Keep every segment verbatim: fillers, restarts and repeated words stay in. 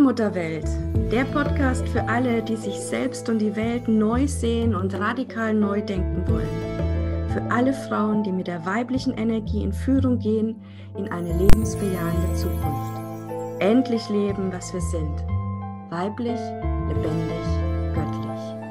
Allmutterwelt, der Podcast für alle, die sich selbst und die Welt neu sehen und radikal neu denken wollen. Für alle Frauen, die mit der weiblichen Energie in Führung gehen in eine lebensbejahende Zukunft. Endlich leben, was wir sind. Weiblich, lebendig, göttlich.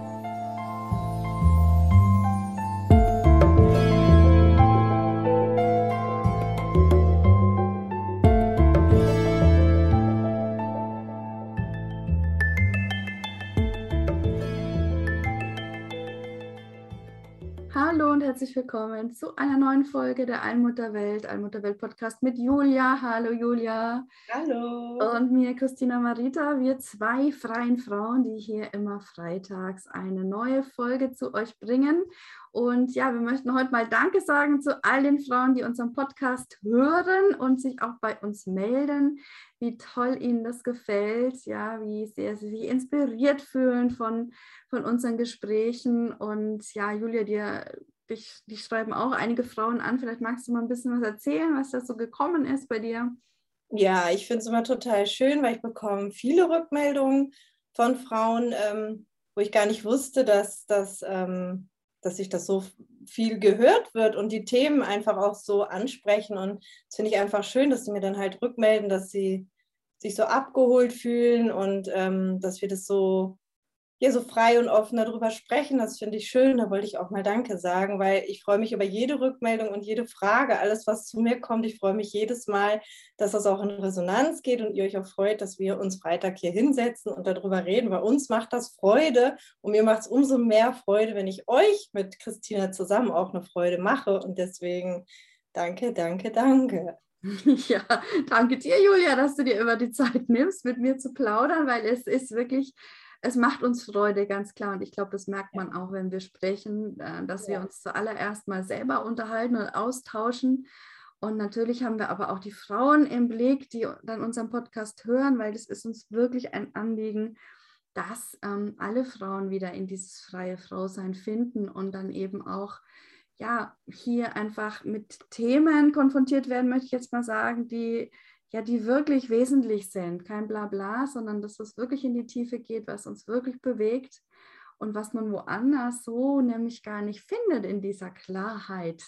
Hallo und herzlich willkommen zu einer neuen Folge der Allmutterwelt, Allmutterwelt Podcast mit Julia. Hallo Julia. Hallo. Und mir, Christina Marita, wir zwei freien Frauen, die hier immer freitags eine neue Folge zu euch bringen. Und ja, wir möchten heute mal Danke sagen zu all den Frauen, die unseren Podcast hören und sich auch bei uns melden, wie toll ihnen das gefällt, ja, wie sehr sie sich inspiriert fühlen von, von unseren Gesprächen. Und ja, Julia, dir, dich, dich schreiben auch einige Frauen an. Vielleicht magst du mal ein bisschen was erzählen, was da so gekommen ist bei dir. Ja, ich finde es immer total schön, weil ich bekomme viele Rückmeldungen von Frauen, ähm, wo ich gar nicht wusste, dass, dass, ähm, dass sich das so viel gehört wird und die Themen einfach auch so ansprechen. Und das finde ich einfach schön, dass sie mir dann halt rückmelden, dass sie sich so abgeholt fühlen und ähm, dass wir das so, ja, so frei und offen darüber sprechen. Das finde ich schön. Da wollte ich auch mal Danke sagen, weil ich freue mich über jede Rückmeldung und jede Frage, alles, was zu mir kommt. Ich freue mich jedes Mal, dass das auch in Resonanz geht und ihr euch auch freut, dass wir uns Freitag hier hinsetzen und darüber reden. Bei uns macht das Freude und mir macht es umso mehr Freude, wenn ich euch mit Christina zusammen auch eine Freude mache. Und deswegen danke, danke, danke. Ja, danke dir, Julia, dass du dir immer die Zeit nimmst, mit mir zu plaudern, weil es ist wirklich, es macht uns Freude, ganz klar. Und ich glaube, das merkt man auch, wenn wir sprechen, dass wir Ja. uns zuallererst mal selber unterhalten und austauschen. Und natürlich haben wir aber auch die Frauen im Blick, die dann unseren Podcast hören, weil das ist uns wirklich ein Anliegen, dass ähm, alle Frauen wieder in dieses freie Frausein finden und dann eben auch ja, hier einfach mit Themen konfrontiert werden, möchte ich jetzt mal sagen, die ja, die wirklich wesentlich sind. Kein Blabla, sondern dass es wirklich in die Tiefe geht, was uns wirklich bewegt und was man woanders so nämlich gar nicht findet in dieser Klarheit.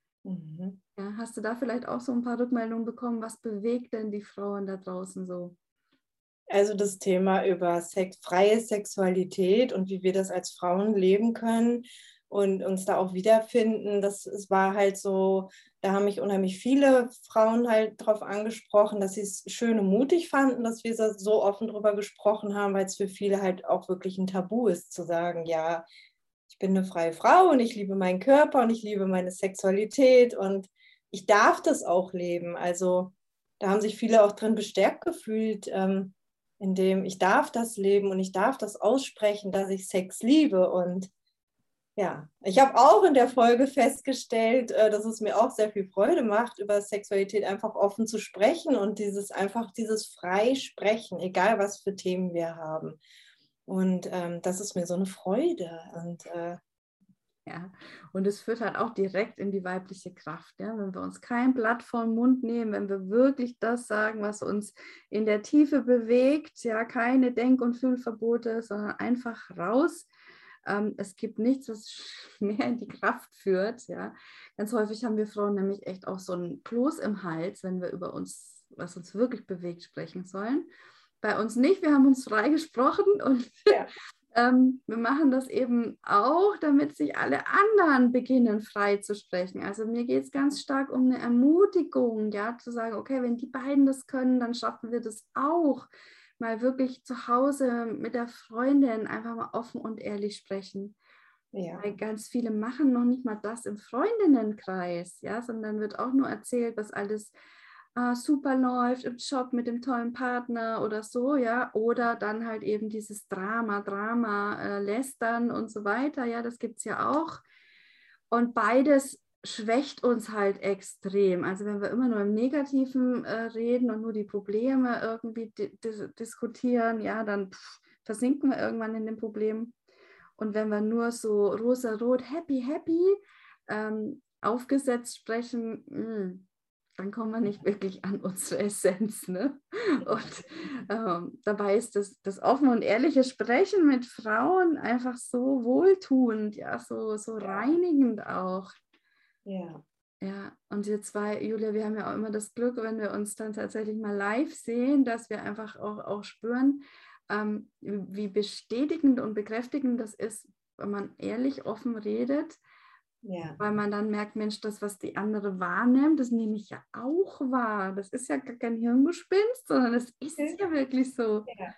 Mhm. Ja, hast du da vielleicht auch so ein paar Rückmeldungen bekommen? Was bewegt denn die Frauen da draußen so? Also das Thema über Sex, freie Sexualität und wie wir das als Frauen leben können und uns da auch wiederfinden, das es war halt so, da haben mich unheimlich viele Frauen halt drauf angesprochen, dass sie es schön und mutig fanden, dass wir so offen drüber gesprochen haben, weil es für viele halt auch wirklich ein Tabu ist, zu sagen, ja, ich bin eine freie Frau und ich liebe meinen Körper und ich liebe meine Sexualität und ich darf das auch leben. Also da haben sich viele auch drin bestärkt gefühlt, ähm, indem ich darf das leben und ich darf das aussprechen, dass ich Sex liebe. Und ja, ich habe auch in der Folge festgestellt, äh, dass es mir auch sehr viel Freude macht, über Sexualität einfach offen zu sprechen und dieses einfach dieses frei sprechen, egal was für Themen wir haben. Und ähm, das ist mir so eine Freude. Und äh, Ja, und es führt halt auch direkt in die weibliche Kraft. Ja? Wenn wir uns kein Blatt vom Mund nehmen, wenn wir wirklich das sagen, was uns in der Tiefe bewegt, ja, keine Denk- und Fühlverbote, sondern einfach raus. Ähm, es gibt nichts, was mehr in die Kraft führt. Ja? Ganz häufig haben wir Frauen nämlich echt auch so einen Kloß im Hals, wenn wir über uns, was uns wirklich bewegt, sprechen sollen. Bei uns nicht, wir haben uns frei gesprochen und ja. Ähm, wir machen das eben auch, damit sich alle anderen beginnen, frei zu sprechen. Also mir geht es ganz stark um eine Ermutigung, ja, zu sagen, okay, wenn die beiden das können, dann schaffen wir das auch. Mal wirklich zu Hause mit der Freundin einfach mal offen und ehrlich sprechen. Ja. Weil ganz viele machen noch nicht mal das im Freundinnenkreis, ja, sondern wird auch nur erzählt, was alles äh, super läuft im Job mit dem tollen Partner oder so, ja, oder dann halt eben dieses Drama, Drama, äh, Lästern und so weiter, ja, das gibt es ja auch. Und beides schwächt uns halt extrem. Also wenn wir immer nur im Negativen äh, reden und nur die Probleme irgendwie di di diskutieren, ja, dann pff, versinken wir irgendwann in dem Problem. Und wenn wir nur so rosa-rot, happy, happy ähm, aufgesetzt sprechen, mh, dann kommen wir nicht wirklich an unsere Essenz. Ne? Und ähm, dabei ist das, das offene und ehrliche Sprechen mit Frauen einfach so wohltuend, ja, so, so reinigend auch. Ja. Ja, und wir zwei, Julia, wir haben ja auch immer das Glück, wenn wir uns dann tatsächlich mal live sehen, dass wir einfach auch, auch spüren, ähm, wie bestätigend und bekräftigend das ist, wenn man ehrlich offen redet. Ja. Weil man dann merkt, Mensch, das, was die andere wahrnimmt, das nehme ich ja auch wahr. Das ist ja gar kein Hirngespinst, sondern es ist okay. Ja wirklich so. Ja.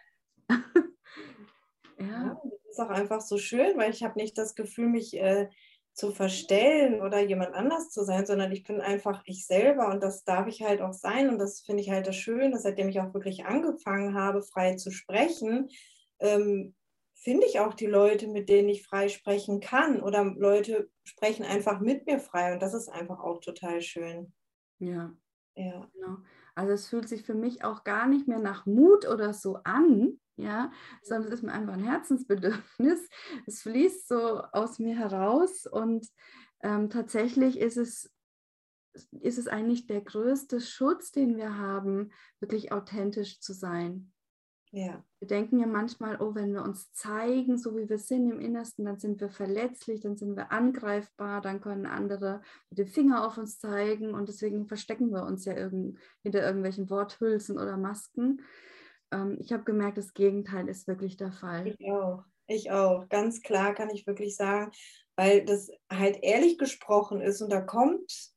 Ja. Ja, das ist auch einfach so schön, weil ich habe nicht das Gefühl, mich äh, zu verstellen oder jemand anders zu sein, sondern ich bin einfach ich selber und das darf ich halt auch sein und das finde ich halt das Schöne, seitdem ich auch wirklich angefangen habe, frei zu sprechen, ähm, finde ich auch die Leute, mit denen ich frei sprechen kann oder Leute sprechen einfach mit mir frei und das ist einfach auch total schön. Ja. Ja. Genau. Also es fühlt sich für mich auch gar nicht mehr nach Mut oder so an, ja, sondern es ist mir einfach ein Herzensbedürfnis. Es fließt so aus mir heraus und ähm, tatsächlich ist es, ist es eigentlich der größte Schutz, den wir haben, wirklich authentisch zu sein. Ja. Wir denken ja manchmal, oh, wenn wir uns zeigen, so wie wir sind im Innersten, dann sind wir verletzlich, dann sind wir angreifbar, dann können andere mit dem Finger auf uns zeigen und deswegen verstecken wir uns ja irgend, hinter irgendwelchen Worthülsen oder Masken. Ähm, ich habe gemerkt, das Gegenteil ist wirklich der Fall. Ich auch, ich auch. Ganz klar kann ich wirklich sagen, weil das halt ehrlich gesprochen ist und da kommt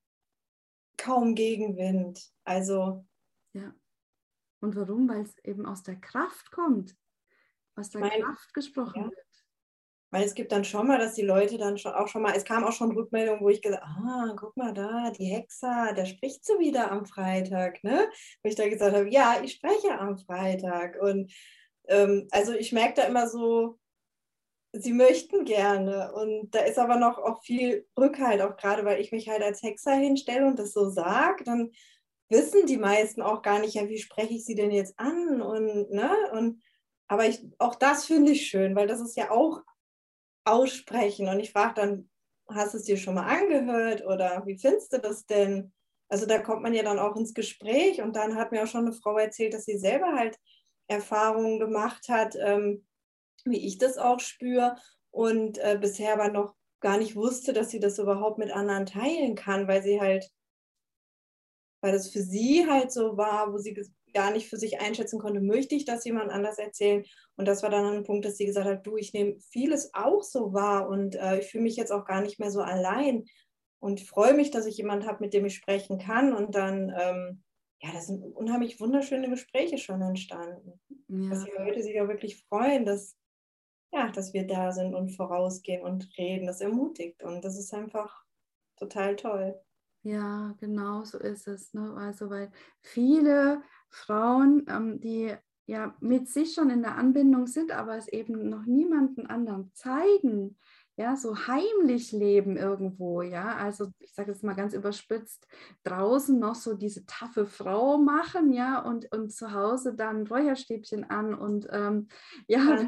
kaum Gegenwind. Also ja. Und warum? Weil es eben aus der Kraft kommt, aus der mein, Kraft gesprochen ja. wird. Weil es gibt dann schon mal, dass die Leute dann schon auch schon mal, es kam auch schon Rückmeldungen, wo ich gesagt habe, ah, guck mal da, die Hexa, der spricht so wieder am Freitag, ne? Wo ich da gesagt habe, ja, ich spreche am Freitag. Und ähm, also ich merke da immer so, sie möchten gerne. Und da ist aber noch auch viel Rückhalt, auch gerade weil ich mich halt als Hexer hinstelle und das so sage, dann wissen die meisten auch gar nicht, ja, wie spreche ich sie denn jetzt an? Und, ne? Und, aber ich, auch das finde ich schön, weil das ist ja auch aussprechen. Und ich frage dann, hast du es dir schon mal angehört oder wie findest du das denn? Also da kommt man ja dann auch ins Gespräch und dann hat mir auch schon eine Frau erzählt, dass sie selber halt Erfahrungen gemacht hat, ähm, wie ich das auch spüre und äh, bisher aber noch gar nicht wusste, dass sie das überhaupt mit anderen teilen kann, weil sie halt, weil das für sie halt so war, wo sie gar nicht für sich einschätzen konnte, möchte ich das jemand anders erzählen? Und das war dann ein Punkt, dass sie gesagt hat, du, ich nehme vieles auch so wahr und äh, ich fühle mich jetzt auch gar nicht mehr so allein und freue mich, dass ich jemanden habe, mit dem ich sprechen kann und dann, ähm, ja, das sind unheimlich wunderschöne Gespräche schon entstanden. Ja. Dass die Leute sich auch wirklich freuen, dass, ja, dass wir da sind und vorausgehen und reden. Das ermutigt und das ist einfach total toll. Ja, genau so ist es. Ne? Also, weil viele Frauen, ähm, die ja mit sich schon in der Anbindung sind, aber es eben noch niemanden anderen zeigen, ja, so heimlich leben irgendwo, ja, also ich sage jetzt mal ganz überspitzt, draußen noch so diese taffe Frau machen, ja, und, und zu Hause dann Räucherstäbchen an und ähm, ja,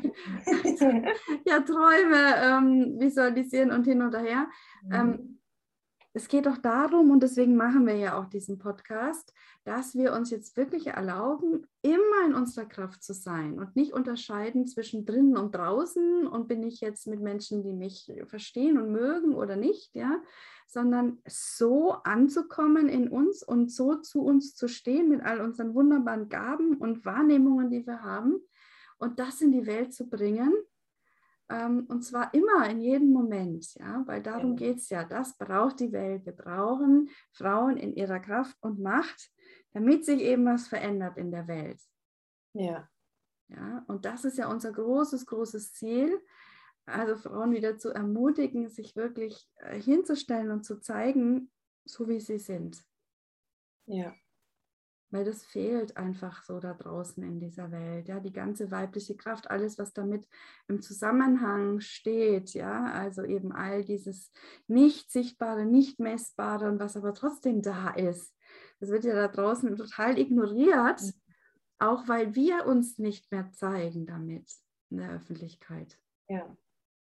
ja, Träume ähm, visualisieren und hin und her. Mhm. Ähm, Es geht doch darum, und deswegen machen wir ja auch diesen Podcast, dass wir uns jetzt wirklich erlauben, immer in unserer Kraft zu sein und nicht unterscheiden zwischen drinnen und draußen und bin ich jetzt mit Menschen, die mich verstehen und mögen oder nicht, ja, sondern so anzukommen in uns und so zu uns zu stehen mit all unseren wunderbaren Gaben und Wahrnehmungen, die wir haben und das in die Welt zu bringen. Und zwar immer, in jedem Moment, ja, weil darum geht es ja, das braucht die Welt. Wir brauchen Frauen in ihrer Kraft und Macht, damit sich eben was verändert in der Welt. Ja. Ja, und das ist ja unser großes, großes Ziel, also Frauen wieder zu ermutigen, sich wirklich hinzustellen und zu zeigen, so wie sie sind. Ja. Weil das fehlt einfach so da draußen in dieser Welt, ja, die ganze weibliche Kraft, alles, was damit im Zusammenhang steht, ja, also eben all dieses nicht sichtbare, nicht messbare und was aber trotzdem da ist, das wird ja da draußen total ignoriert, auch weil wir uns nicht mehr zeigen damit in der Öffentlichkeit. Ja.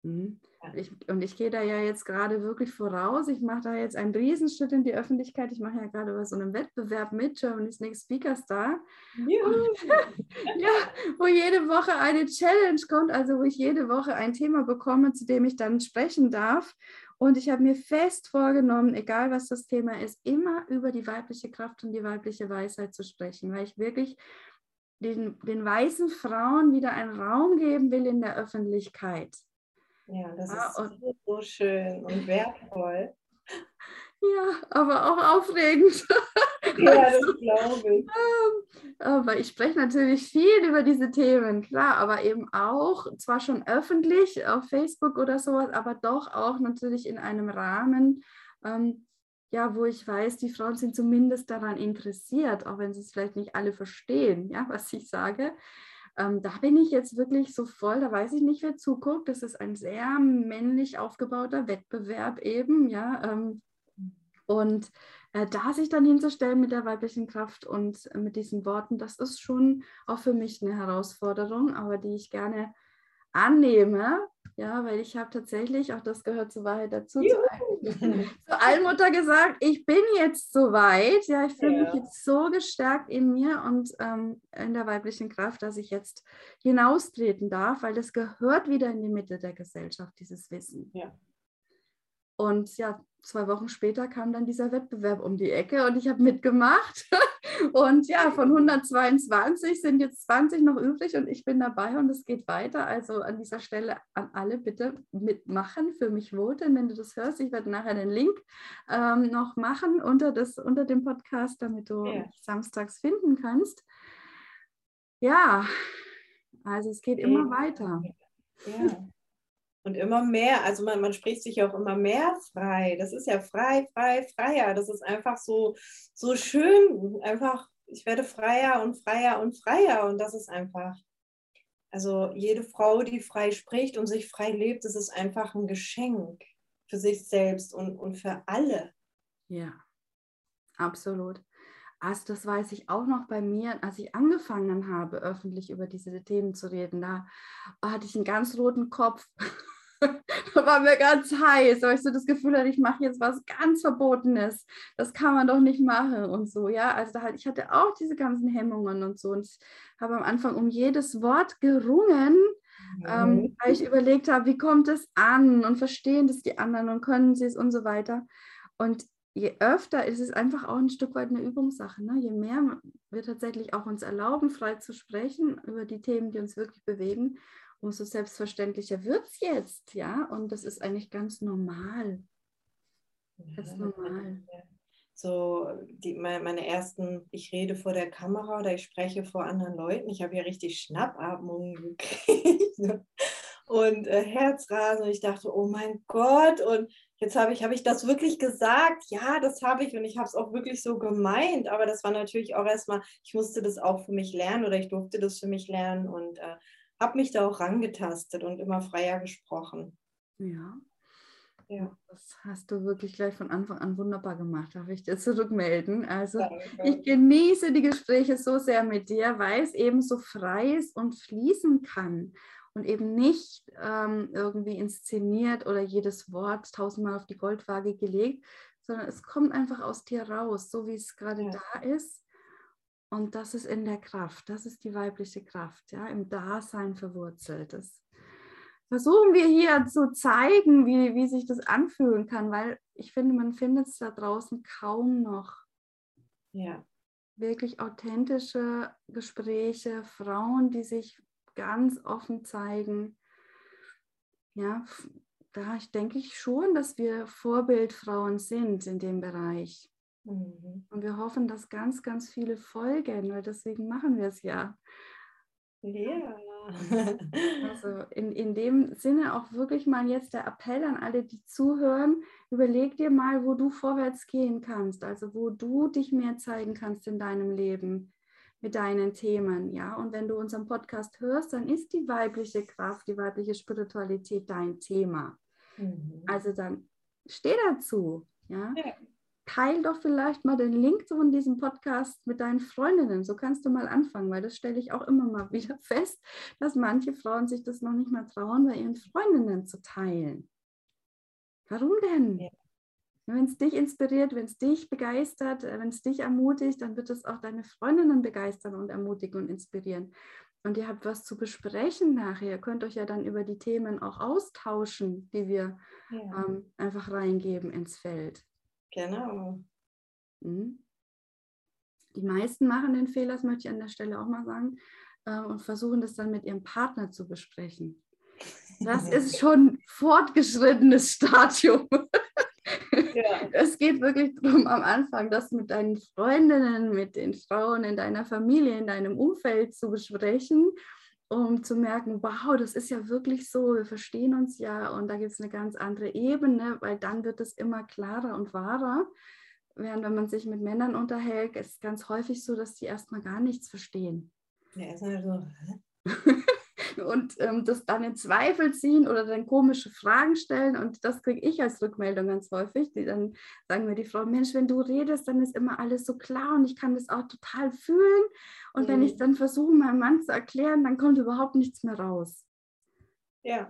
Mhm. Ich, und ich gehe da ja jetzt gerade wirklich voraus. Ich mache da jetzt einen Riesenschritt in die Öffentlichkeit. Ich mache ja gerade bei so einem Wettbewerb mit, Germany's Next Speaker Star. Ja. Ja, wo jede Woche eine Challenge kommt, also wo ich jede Woche ein Thema bekomme, zu dem ich dann sprechen darf. Und ich habe mir fest vorgenommen, egal was das Thema ist, immer über die weibliche Kraft und die weibliche Weisheit zu sprechen, weil ich wirklich den, den weißen Frauen wieder einen Raum geben will in der Öffentlichkeit. Ja, das Ja, ist und, so, so schön und wertvoll. ja, aber auch aufregend. Ja, das glaube ich. Aber ich spreche natürlich viel über diese Themen, klar, aber eben auch, zwar schon öffentlich auf Facebook oder sowas, aber doch auch natürlich in einem Rahmen, ähm, ja, wo ich weiß, die Frauen sind zumindest daran interessiert, auch wenn sie es vielleicht nicht alle verstehen, ja, was ich sage. Ähm, da bin ich jetzt wirklich so voll, da weiß ich nicht, wer zuguckt. Das ist ein sehr männlich aufgebauter Wettbewerb eben, ja. Ähm, und äh, da sich dann hinzustellen mit der weiblichen Kraft und äh, mit diesen Worten, das ist schon auch für mich eine Herausforderung, aber die ich gerne annehme, ja, weil ich habe tatsächlich, auch das gehört zur Wahrheit dazu, zu, zu Allmutter gesagt, ich bin jetzt soweit, ja, ich fühle Ja. mich jetzt so gestärkt in mir und ähm, in der weiblichen Kraft, dass ich jetzt hinaustreten darf, weil das gehört wieder in die Mitte der Gesellschaft, dieses Wissen. Ja. Und ja, zwei Wochen später kam dann dieser Wettbewerb um die Ecke und ich habe mitgemacht. Und ja, von hundertzweiundzwanzig sind jetzt zwanzig noch übrig und ich bin dabei und es geht weiter. Also an dieser Stelle an alle bitte mitmachen, für mich voten, wenn du das hörst. Ich werde nachher den Link ähm, noch machen unter, das, unter dem Podcast, damit du Ja. mich samstags finden kannst. Ja, also es geht immer weiter. Ja. Und immer mehr, also man, man spricht sich auch immer mehr frei. Das ist ja frei, frei, freier. Das ist einfach so, so schön. Einfach, ich werde freier und freier und freier. Und das ist einfach, also jede Frau, die frei spricht und sich frei lebt, das ist einfach ein Geschenk für sich selbst und, und für alle. Ja, absolut. Also das weiß ich auch noch bei mir, als ich angefangen habe, öffentlich über diese Themen zu reden, da hatte ich einen ganz roten Kopf. Da war mir ganz heiß, weil ich so das Gefühl hatte, ich mache jetzt was ganz Verbotenes. Das kann man doch nicht machen und so, ja. Also da halt, ich hatte auch diese ganzen Hemmungen und so. Und ich habe am Anfang um jedes Wort gerungen, mhm. ähm, weil ich überlegt habe, wie kommt es an und verstehen das die anderen und können sie es und so weiter. Und je öfter ist es einfach auch ein Stück weit eine Übungssache. Ne? Je mehr wir tatsächlich auch uns erlauben, frei zu sprechen über die Themen, die uns wirklich bewegen, umso selbstverständlicher wird es jetzt, ja. Und das ist eigentlich ganz normal. Ganz normal. So, die, meine ersten, ich rede vor der Kamera oder ich spreche vor anderen Leuten. Ich habe ja richtig Schnappatmungen gekriegt und äh, Herzrasen. Und ich dachte, oh mein Gott, und jetzt habe ich, habe ich das wirklich gesagt? Ja, das habe ich und ich habe es auch wirklich so gemeint. Aber das war natürlich auch erstmal, ich musste das auch für mich lernen oder ich durfte das für mich lernen und äh, habe mich da auch rangetastet und immer freier gesprochen. Ja. Ja. Das hast du wirklich gleich von Anfang an wunderbar gemacht, darf ich dir zurückmelden. Also Danke. Ich genieße die Gespräche so sehr mit dir, weil es eben so frei ist und fließen kann und eben nicht ähm, irgendwie inszeniert oder jedes Wort tausendmal auf die Goldwaage gelegt, sondern es kommt einfach aus dir raus, so wie es gerade ja. da ist. Und das ist in der Kraft, das ist die weibliche Kraft, ja, im Dasein verwurzelt. Das versuchen wir hier zu zeigen, wie, wie sich das anfühlen kann, weil ich finde, man findet es da draußen kaum noch. Ja. Wirklich authentische Gespräche, Frauen, die sich ganz offen zeigen. Ja, da denke ich schon, dass wir Vorbildfrauen sind in dem Bereich. Mhm. Und wir hoffen, dass ganz, ganz viele folgen, weil deswegen machen wir es ja. Ja. Also in, in dem Sinne auch wirklich mal jetzt der Appell an alle, die zuhören, überleg dir mal, wo du vorwärts gehen kannst, also wo du dich mehr zeigen kannst in deinem Leben mit deinen Themen, ja. Und wenn du unseren Podcast hörst, dann ist die weibliche Kraft, die weibliche Spiritualität dein Thema. Mhm. Also dann steh dazu, ja. Ja. teil doch vielleicht mal den Link von diesem Podcast mit deinen Freundinnen. So kannst du mal anfangen, weil das stelle ich auch immer mal wieder fest, dass manche Frauen sich das noch nicht mal trauen, bei ihren Freundinnen zu teilen. Warum denn? Ja. Wenn es dich inspiriert, wenn es dich begeistert, wenn es dich ermutigt, dann wird es auch deine Freundinnen begeistern und ermutigen und inspirieren. Und ihr habt was zu besprechen nachher. Ihr könnt euch ja dann über die Themen auch austauschen, die wir Ja. ähm, einfach reingeben ins Feld. Genau. Mhm. Die meisten machen den Fehler, das möchte ich an der Stelle auch mal sagen, äh, und versuchen das dann mit ihrem Partner zu besprechen. Das ist schon fortgeschrittenes Stadium. Ja. Es geht wirklich darum, am Anfang das mit deinen Freundinnen, mit den Frauen in deiner Familie, in deinem Umfeld zu besprechen, um zu merken, wow, das ist ja wirklich so, wir verstehen uns ja und da gibt es eine ganz andere Ebene, weil dann wird es immer klarer und wahrer. Während wenn man sich mit Männern unterhält, ist es ganz häufig so, dass die erstmal gar nichts verstehen. Ja, erstmal so, hä? Und ähm, das dann in Zweifel ziehen oder dann komische Fragen stellen. Und das kriege ich als Rückmeldung ganz häufig. Die dann sagen mir die Frau, Mensch, wenn du redest, dann ist immer alles so klar und ich kann das auch total fühlen. Und mhm. wenn ich dann versuche, meinem Mann zu erklären, dann kommt überhaupt nichts mehr raus. Ja.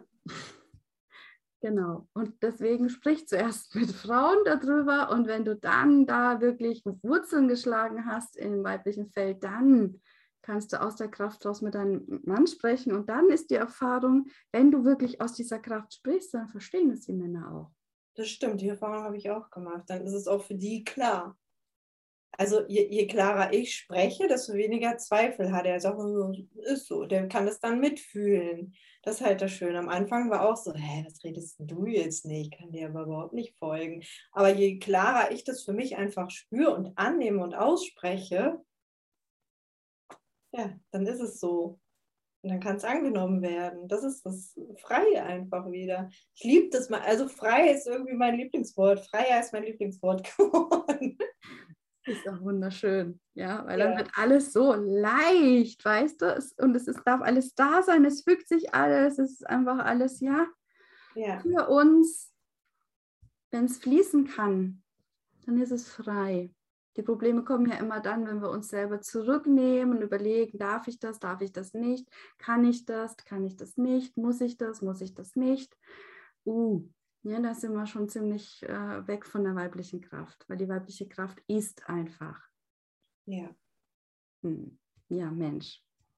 Genau. Und deswegen sprich zuerst mit Frauen darüber. Und wenn du dann da wirklich Wurzeln geschlagen hast im weiblichen Feld, dann kannst du aus der Kraft raus mit deinem Mann sprechen. Und dann ist die Erfahrung, wenn du wirklich aus dieser Kraft sprichst, dann verstehen es die Männer auch. Das stimmt, die Erfahrung habe ich auch gemacht. Dann ist es auch für die klar. Also je, je klarer ich spreche, desto weniger Zweifel hat er. Er sagt, ist so, der kann das dann mitfühlen. Das ist halt das Schöne. Am Anfang war auch so, hä, was redest du jetzt nicht? Ich kann dir aber überhaupt nicht folgen. Aber je klarer ich das für mich einfach spüre und annehme und ausspreche, ja, dann ist es so. Und dann kann es angenommen werden. Das ist das Freie einfach wieder. Ich liebe das mal. Also frei ist irgendwie mein Lieblingswort. Freier ist mein Lieblingswort geworden. Ist auch wunderschön, ja, weil ja. Dann wird alles so leicht, weißt du, es, und es ist, darf alles da sein, es fügt sich alles, es ist einfach alles, ja, ja. für uns, wenn es fließen kann, dann ist es frei. Die Probleme kommen ja immer dann, wenn wir uns selber zurücknehmen, überlegen, darf ich das, darf ich das nicht, kann ich das, kann ich das nicht, muss ich das, muss ich das nicht, uh, ja, da sind wir schon ziemlich äh, weg von der weiblichen Kraft, weil die weibliche Kraft ist einfach. Ja. Hm. Ja, Mensch.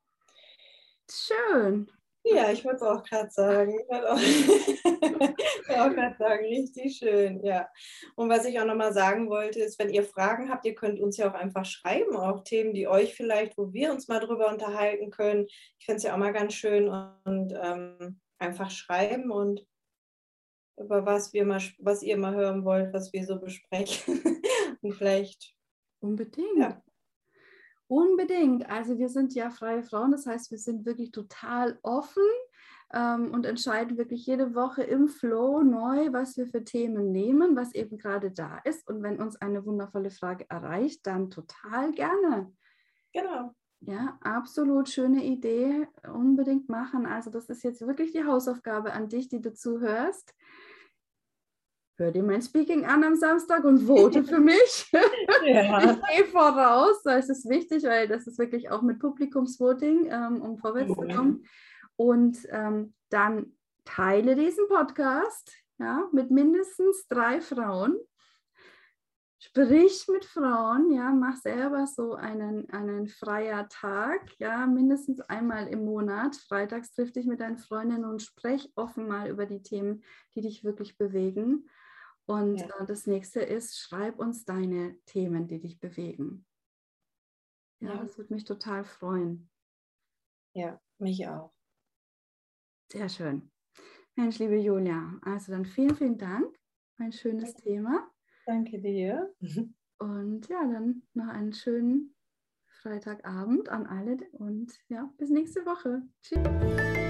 Schön. Ja, ich wollte es auch gerade sagen. Ich wollte auch, auch gerade sagen, richtig schön, ja. Und was ich auch nochmal sagen wollte, ist, wenn ihr Fragen habt, ihr könnt uns ja auch einfach schreiben, auch Themen, die euch vielleicht, wo wir uns mal drüber unterhalten können. Ich finde es ja auch mal ganz schön und ähm, einfach schreiben und über was wir mal, was ihr mal hören wollt, was wir so besprechen. Und vielleicht. Unbedingt. Ja. Unbedingt. Also wir sind ja freie Frauen, das heißt, wir sind wirklich total offen ähm, und entscheiden wirklich jede Woche im Flow neu, was wir für Themen nehmen, was eben gerade da ist. Und wenn uns eine wundervolle Frage erreicht, dann total gerne. Genau. Ja, absolut schöne Idee, unbedingt machen. Also das ist jetzt wirklich die Hausaufgabe an dich, die du zuhörst. Hör dir mein Speaking an am Samstag und vote für mich. Ja. Ich gehe voraus, das ist wichtig, weil das ist wirklich auch mit Publikumsvoting, ähm, um vorwärts zu kommen. Und ähm, dann teile diesen Podcast, ja, mit mindestens drei Frauen. Sprich mit Frauen, ja, mach selber so einen, einen freier Tag, ja, mindestens einmal im Monat. Freitags triff dich mit deinen Freundinnen und sprech offen mal über die Themen, die dich wirklich bewegen. Und ja. äh, das nächste ist, schreib uns deine Themen, die dich bewegen. Ja, ja, das würde mich total freuen. Ja, mich auch. Sehr schön. Mensch, liebe Julia, also dann vielen, vielen Dank. Ein schönes Danke. Thema. Danke dir. Und ja, dann noch einen schönen Freitagabend an alle und ja, bis nächste Woche. Tschüss.